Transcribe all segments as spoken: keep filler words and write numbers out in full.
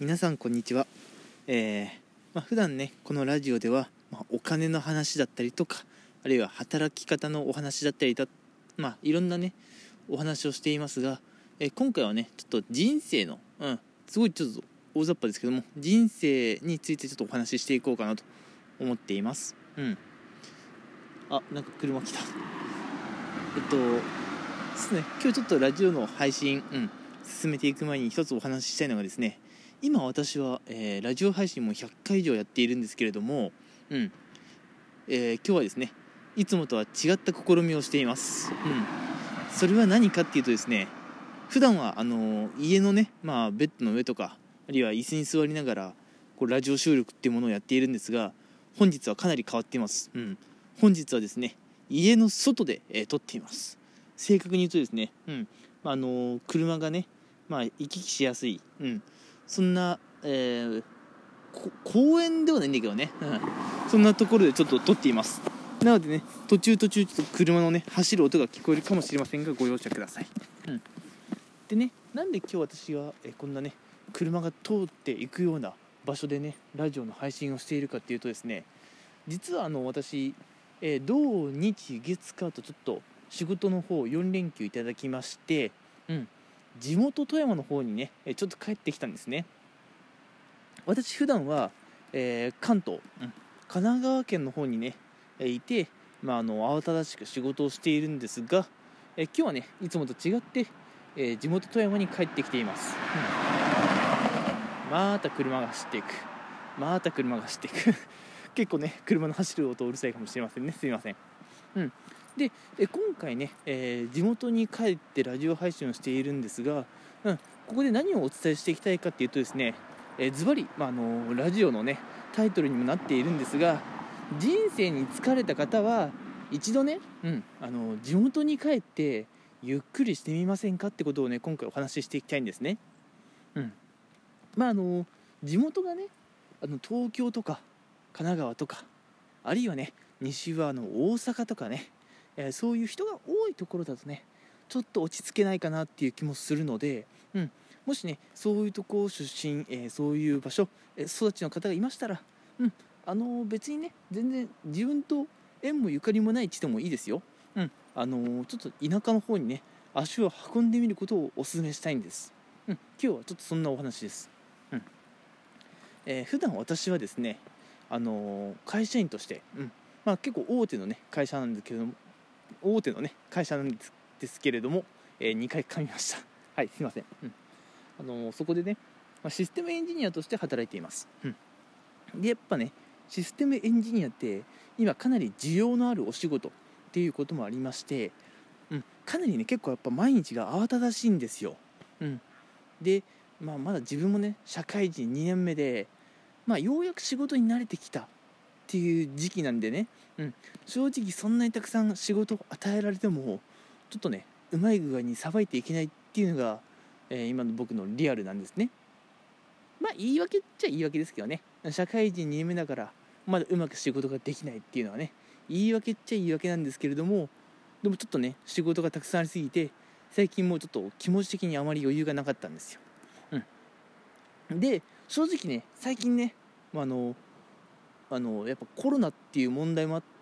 皆さんこんにちは。えーまあ、普段ねこのラジオでは、まあ、お金の話だったりとか、あるいは働き方のお話だったりだ、まあ、いろんなねお話をしていますが、えー今回はねちょっと人生の、うん、すごいちょっと大雑把ですけども、人生についてちょっとお話ししていこうかなと思っています。うんあ、なんか車来た。えっとですね、今日ちょっとラジオの配信、うん、進めていく前に一つお話ししたいのがですね、今私は、えーラジオ配信もひゃっかい以上やっているんですけれども、うんえー今日はですね、いつもとは違った試みをしています。うん、それは何かっていうとですね、普段はあのー家のね、まあ、ベッドの上とか、あるいは椅子に座りながらこうラジオ収録っていうものをやっているんですが、本日はかなり変わっています。うん、本日はですね、家の外で、えー撮っています。正確に言うとですね、うんあのー車がね、まあ、行き来しやすい、うん、そんな、えー公園ではないんだけどね、うん、そんなところでちょっと撮っています。なのでね、途中途中ちょっと車のね走る音が聞こえるかもしれませんが、ご容赦ください。うん、でね、なんで今日私がえこんなね車が通っていくような場所でねラジオの配信をしているかっていうとですね、実はあの私、えー、土日月火とちょっと仕事の方よん連休いただきまして、うん、地元富山の方にねちょっと帰ってきたんですね。私普段は、えー関東、うん、神奈川県の方にねいて、まあ、あの慌ただしく仕事をしているんですが、えー今日はねいつもと違って、えー地元富山に帰ってきています。うん、また車が走っていくまた車が走っていく結構ね車の走る音うるさいかもしれませんね、すいません。うん、でえ今回ね、えー地元に帰ってラジオ配信をしているんですが、うん、ここで何をお伝えしていきたいかっていうとですね、えーズバリ、まあ、あのラジオのねタイトルにもなっているんですが、人生に疲れた方は一度ね、うん、あの地元に帰ってゆっくりしてみませんかってことをね今回お話ししていきたいんですね。うんまああの地元がねあの東京とか神奈川とか、あるいはね西はあの大阪とかね、えーそういう人が多いところだとねちょっと落ち着けないかなっていう気もするので、うん、もしねそういうとこ出身、えーそういう場所、えー育ちの方がいましたら、うん、あのー別にね全然自分と縁もゆかりもない地でもいいですよ。うんあのーちょっと田舎の方にね足を運んでみることをお勧めしたいんです。うん、今日はちょっとそんなお話です。うんえー普段私はですね、あのー会社員として、うんまあ、結構大手の、ね、会社なんですけども大手の、ね、会社なんです、ですけれども、えー、にかい噛みましたはいすいません、うんあのーそこでね、まあ、システムエンジニアとして働いています。うんでやっぱねシステムエンジニアって今かなり需要のあるお仕事っていうこともありまして、うん、かなりね結構やっぱ毎日が慌ただしいんですよ。うん、で、まあ、まだ自分もね社会人にねんめで、まあ、ようやく仕事に慣れてきたっていう時期なんでね、うん、正直そんなにたくさん仕事を与えられてもちょっとねうまい具合にさばいていけないっていうのが、えー今の僕のリアルなんですね。まあ言い訳っちゃ言い訳ですけどね、社会人にねんめだからまだうまく仕事ができないっていうのはね言い訳っちゃ言い訳なんですけれども、でもちょっとね仕事がたくさんありすぎて最近もうちょっと気持ち的にあまり余裕がなかったんですよ。うん、で正直ね最近ね、まあ、あのあのやっぱコロナっていう問題もあって、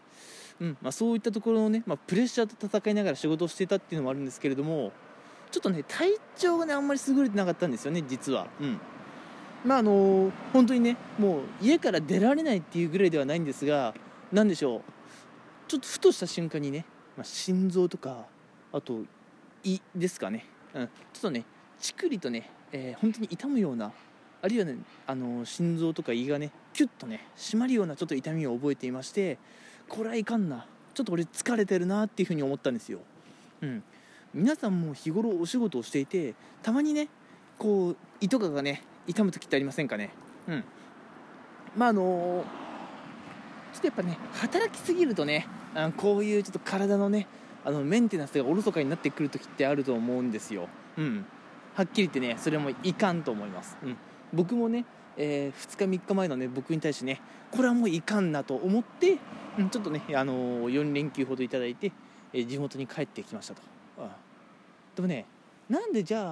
うんまあ、そういったところのね、まあ、プレッシャーと戦いながら仕事をしていたっていうのもあるんですけれども、ちょっとね体調がねあんまり優れてなかったんですよね実は。うんまああの本当にねもう家から出られないっていうぐらいではないんですが、なんでしょう、ちょっとふとした瞬間にね、まあ、心臓とかあと胃ですかね、うん、ちょっとねチクリとね、えー本当に痛むような、あるいはねあの心臓とか胃がねキュッとね締まるようなちょっと痛みを覚えていまして、これはいかんな、ちょっと俺疲れてるなっていうふうに思ったんですよ。うん皆さんも日頃お仕事をしていてたまにねこう胃とかがね痛む時ってありませんかね。うんまああのちょっとやっぱね働きすぎるとねあこういうちょっと体のねあのメンテナンスがおろそかになってくる時ってあると思うんですよ。うんはっきり言ってねそれもいかんと思います。うん僕もね、えー、ふつかみっかまえのね僕に対してねこれはもういかんなと思って、うん、ちょっとね、あのー、よん連休ほどいただいて、えー地元に帰ってきましたと。ああでもねなんでじゃあ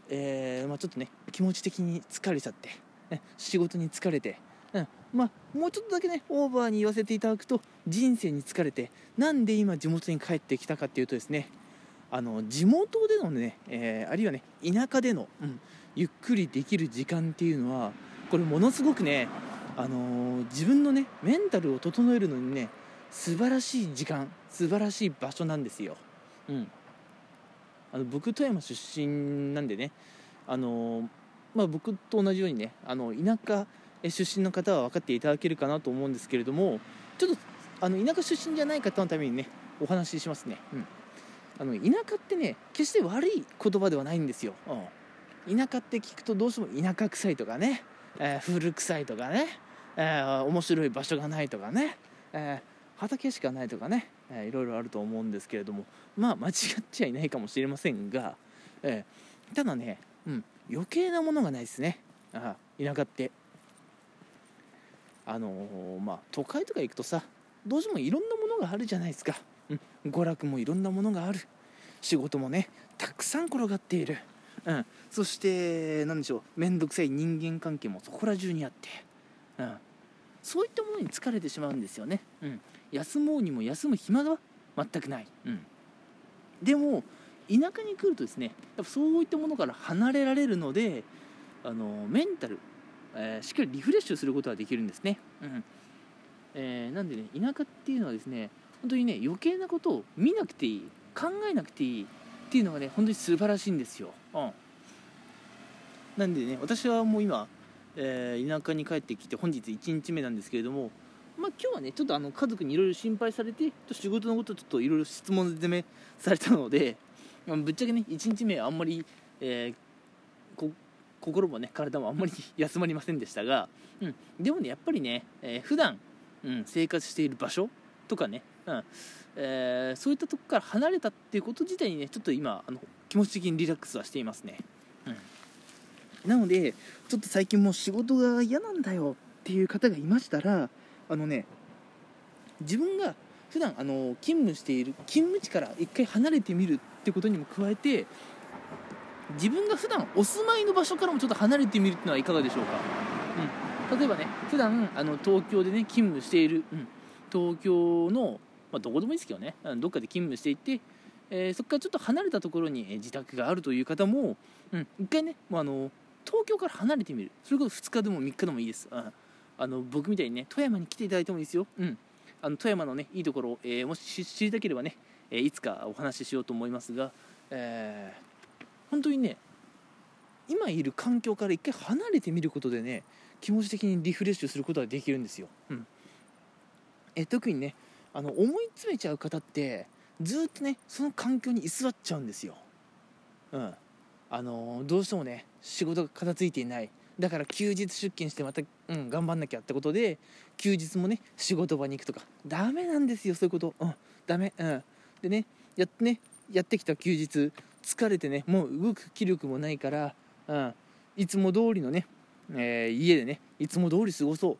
えーまあ、ちょっとね気持ち的に疲れちゃって、ね、仕事に疲れて、うんまあ、もうちょっとだけねオーバーに言わせていただくと、人生に疲れてなんで今地元に帰ってきたかっていうとですね、あの地元でのね、えー、あるいはね田舎での、うん、ゆっくりできる時間っていうのはこれものすごくね、あのー、自分のねメンタルを整えるのにね素晴らしい時間、素晴らしい場所なんですよ。うん、あの僕富山出身なんでね、あのーまあ、僕と同じようにねあの田舎出身の方は分かっていただけるかなと思うんですけれども、ちょっとあの田舎出身じゃない方のためにねお話ししますね。うんあの田舎ってね決して悪い言葉ではないんですよ。うん、田舎って聞くとどうしても田舎臭いとかね、えー、古臭いとかね、えー、面白い場所がないとかね、えー、畑しかないとかね、えー、いろいろあると思うんですけれども、まあ間違っちゃいないかもしれませんが、えー、ただね、うん、余計なものがないですね。あ田舎ってあのー、まあ都会とか行くとさ、どうしてもいろんなものがあるじゃないですか。うん、娯楽もいろんなものがある、仕事もねたくさん転がっている、うん、そして何でしょう、面倒くさい人間関係もそこら中にあって、うん、そういったものに疲れてしまうんですよね。うん、休もうにも休む暇が全くない、うん、でも田舎に来るとですね、やっぱそういったものから離れられるので、あのメンタル、えー、しっかりリフレッシュすることができるんですね。うんえー、なんでね田舎っていうのはですね、本当にね余計なことを見なくていい、考えなくていいっていうのがね本当に素晴らしいんですよ。うん、なんでね私はもう今、えー、田舎に帰ってきて本日いちにちめなんですけれども、まあ、今日はねちょっとあの家族にいろいろ心配されて仕事のことちょっといろいろ質問攻めされたので、まあ、ぶっちゃけねいちにちめはあんまり、えー、こ心もね体もあんまり休まりませんでしたが、うん、でもねやっぱりね、えー、普段、うん、生活している場所とかね、うんえー、そういったとこから離れたっていうこと自体にねちょっと今あの気持ち的にリラックスはしていますね。うん、なのでちょっと最近もう仕事が嫌なんだよっていう方がいましたら、あのね自分が普段あの勤務している勤務地から一回離れてみるってことにも加えて、自分が普段お住まいの場所からもちょっと離れてみるっていうのはいかがでしょうか。うん、例えばね普段あの東京でね勤務している、うん、東京の、まあ、どこでもいいですけどね、どっかで勤務していて、えー、そこからちょっと離れたところに自宅があるという方も、うん、一回ねもうあの東京から離れてみる、それこそふつかでもみっかでもいいです。うん、あの僕みたいにね富山に来ていただいてもいいですよ。うん、あの富山のねいいところを、えー、もし知りたければね、えー、いつかお話ししようと思いますが、えー本当にね今いる環境から一回離れてみることでね気持ち的にリフレッシュすることができるんですよ。うん、え特にねあの思い詰めちゃう方ってずっとねその環境に居座っちゃうんですよ。うんあのー、どうしてもね仕事が片付いていない、だから休日出勤してまた、うん、頑張んなきゃってことで休日もね仕事場に行くとかダメなんですよ、そういうこと。うんダメ。うんでねやってねやってきた休日疲れてねもう動く気力もないから、うん、いつも通りのね、えー、家でねいつも通り過ごそう、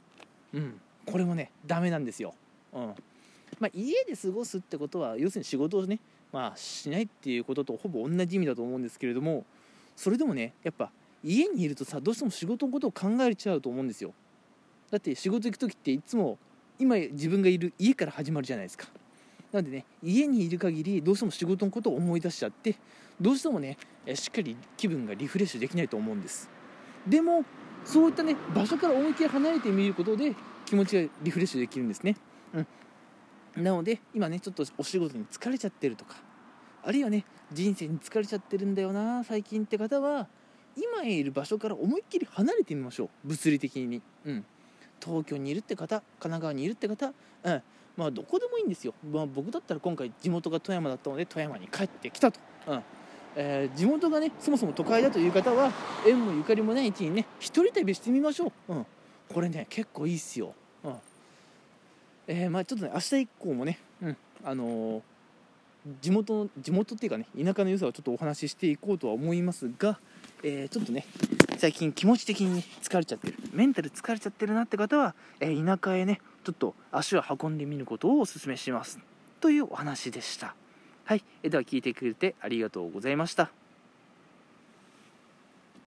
うん、これもねダメなんですよ。うんまあ、家で過ごすってことは要するに仕事をね、まあ、しないっていうこととほぼ同じ意味だと思うんですけれども、それでもねやっぱ家にいるとさどうしても仕事のことを考えちゃうと思うんですよ。だって仕事行く時っていつも今自分がいる家から始まるじゃないですか。なんでね家にいる限りどうしても仕事のことを思い出しちゃってどうしてもねしっかり気分がリフレッシュできないと思うんです。でもそういったね場所から思いっきり離れてみることで気持ちがリフレッシュできるんですね。うん、なので今ねちょっとお仕事に疲れちゃってるとか、あるいはね人生に疲れちゃってるんだよな最近って方は今いる場所から思いっきり離れてみましょう、物理的に。うん、東京にいるって方、神奈川にいるって方、うんまあどこでもいいんですよ。まあ、僕だったら今回地元が富山だったので富山に帰ってきたと、うんえー、地元がねそもそも都会だという方は縁もゆかりもないうちにね一人旅してみましょう。うん、これね結構いいっすよ。うんえー、まあちょっとね明日以降もね、うんあのー、地元地元っていうかね田舎の良さをちょっとお話ししていこうとは思いますが、えー、ちょっとね最近気持ち的に、ね、疲れちゃってる、メンタル疲れちゃってるなって方は、えー、田舎へねちょっと足を運んでみることをお勧めしますというお話でした。はい、えー、では聞いてくれてありがとうございました。